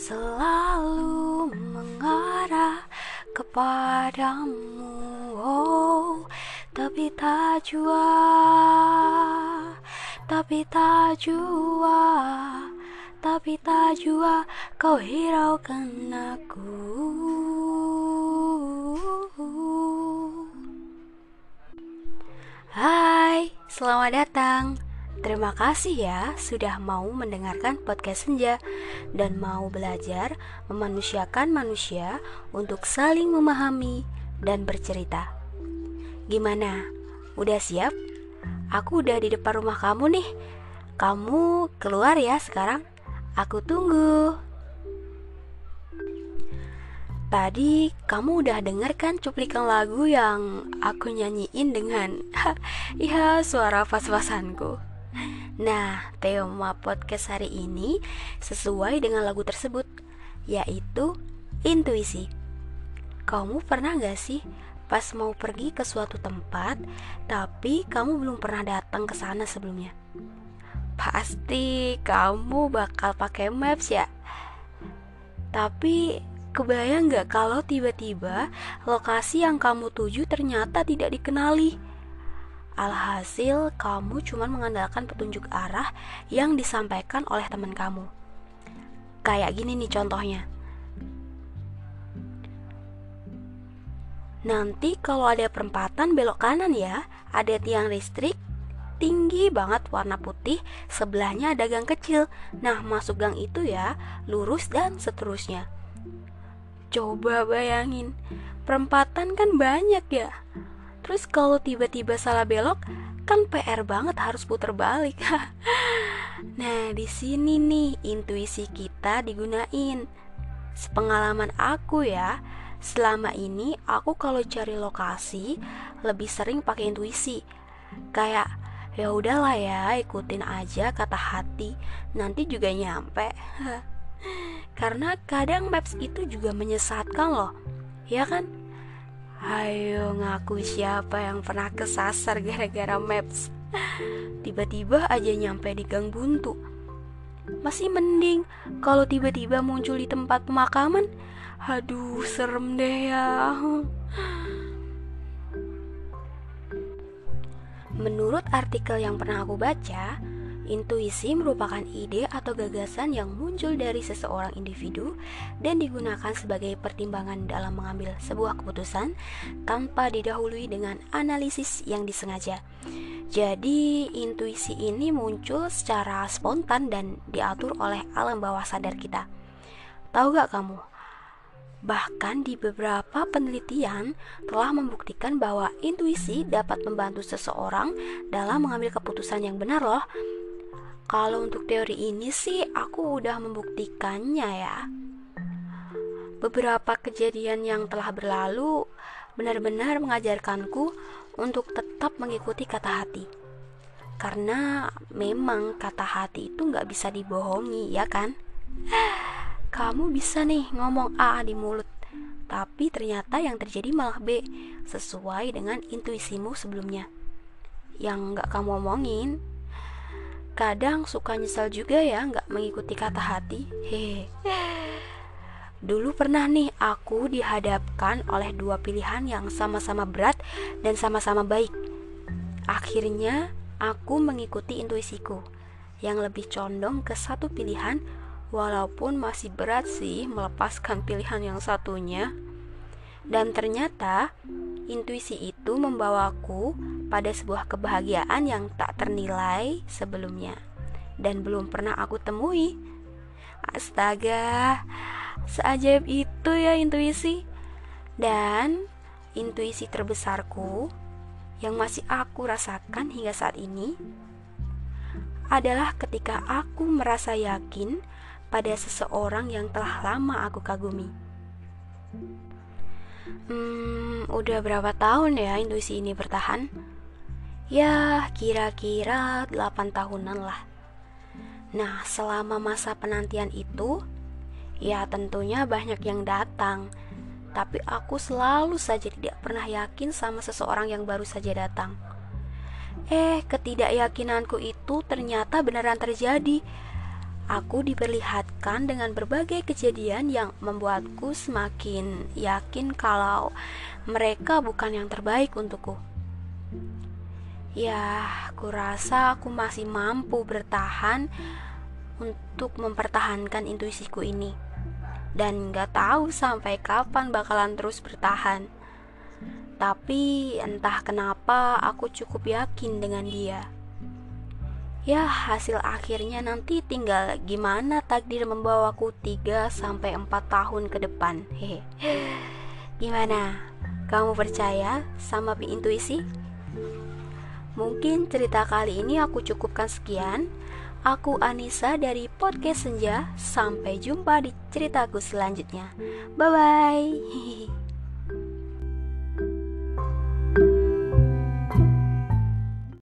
selalu mengarah kepadamu, oh, tapi tak jua, tapi tak jua, tapi tak jua kau hiraukan aku. Hai, selamat datang. Terima kasih ya sudah mau mendengarkan podcast Senja dan mau belajar memanusiakan manusia untuk saling memahami dan bercerita. Gimana? Udah siap? Aku udah di depan rumah kamu nih. Kamu keluar ya sekarang? Aku tunggu. Tadi kamu udah denger kan cuplikan lagu yang aku nyanyiin dengan ya suara pas-pasanku. Nah, tema podcast hari ini sesuai dengan lagu tersebut, yaitu intuisi. Kamu pernah gak sih pas mau pergi ke suatu tempat, tapi kamu belum pernah datang ke sana sebelumnya? Pasti kamu bakal pakai maps ya. Tapi kebayang gak kalau tiba-tiba lokasi yang kamu tuju ternyata tidak dikenali? Alhasil kamu cuma mengandalkan petunjuk arah yang disampaikan oleh teman kamu. Kayak gini nih contohnya. Nanti kalau ada perempatan belok kanan ya, ada tiang listrik tinggi banget warna putih, sebelahnya ada gang kecil. Nah, masuk gang itu ya, lurus dan seterusnya. Coba bayangin, perempatan kan banyak ya. Terus kalau tiba-tiba salah belok, kan PR banget harus puter balik. Nah, di sini nih intuisi kita digunain. Sepengalaman aku ya, selama ini aku kalau cari lokasi lebih sering pakai intuisi. Kayak ya udahlah ya, ikutin aja kata hati, nanti juga nyampe. Karena kadang maps itu juga menyesatkan loh, ya kan? Ayo ngaku siapa yang pernah kesasar gara-gara maps. Tiba-tiba aja nyampe di gang buntu. Masih mending kalau tiba-tiba muncul di tempat pemakaman. Aduh, serem deh ya. Menurut artikel yang pernah aku baca, intuisi merupakan ide atau gagasan yang muncul dari seseorang individu dan digunakan sebagai pertimbangan dalam mengambil sebuah keputusan tanpa didahului dengan analisis yang disengaja. Jadi, intuisi ini muncul secara spontan dan diatur oleh alam bawah sadar kita. Tahu gak kamu? Bahkan di beberapa penelitian telah membuktikan bahwa intuisi dapat membantu seseorang dalam mengambil keputusan yang benar loh. Kalau untuk teori ini sih aku udah membuktikannya ya. Beberapa kejadian yang telah berlalu benar-benar mengajarkanku untuk tetap mengikuti kata hati. Karena memang kata hati itu gak bisa dibohongi, ya kan? Kamu bisa nih ngomong A di mulut, tapi ternyata yang terjadi malah B, sesuai dengan intuisimu sebelumnya yang gak kamu omongin. Kadang suka nyesal juga ya gak mengikuti kata hati. Hehe. Dulu pernah nih aku dihadapkan oleh dua pilihan yang sama-sama berat dan sama-sama baik. Akhirnya aku mengikuti intuisiku yang lebih condong ke satu pilihan, walaupun masih berat sih melepaskan pilihan yang satunya. Dan ternyata intuisi itu membawaku pada sebuah kebahagiaan yang tak ternilai sebelumnya dan belum pernah aku temui. Astaga, seajaib itu ya intuisi. Dan intuisi terbesarku yang masih aku rasakan hingga saat ini adalah ketika aku merasa yakin pada seseorang yang telah lama aku kagumi. Udah berapa tahun ya intuisi ini bertahan? Ya, kira-kira 8 tahunan lah. Nah, selama masa penantian itu, ya tentunya banyak yang datang. Tapi aku selalu saja tidak pernah yakin sama seseorang yang baru saja datang. Ketidakyakinanku itu ternyata beneran terjadi. Aku diperlihatkan dengan berbagai kejadian yang membuatku semakin yakin kalau mereka bukan yang terbaik untukku. Ya, kurasa aku masih mampu bertahan untuk mempertahankan intuisiku ini. Dan gak tahu sampai kapan bakalan terus bertahan. Tapi entah kenapa aku cukup yakin dengan dia. Ya, hasil akhirnya nanti tinggal gimana takdir membawaku 3-4 tahun ke depan. Hehe. Gimana? Kamu percaya sama intuisi? Mungkin cerita kali ini aku cukupkan sekian. Aku Anissa dari Podcast Senja. Sampai jumpa di ceritaku selanjutnya. Bye-bye.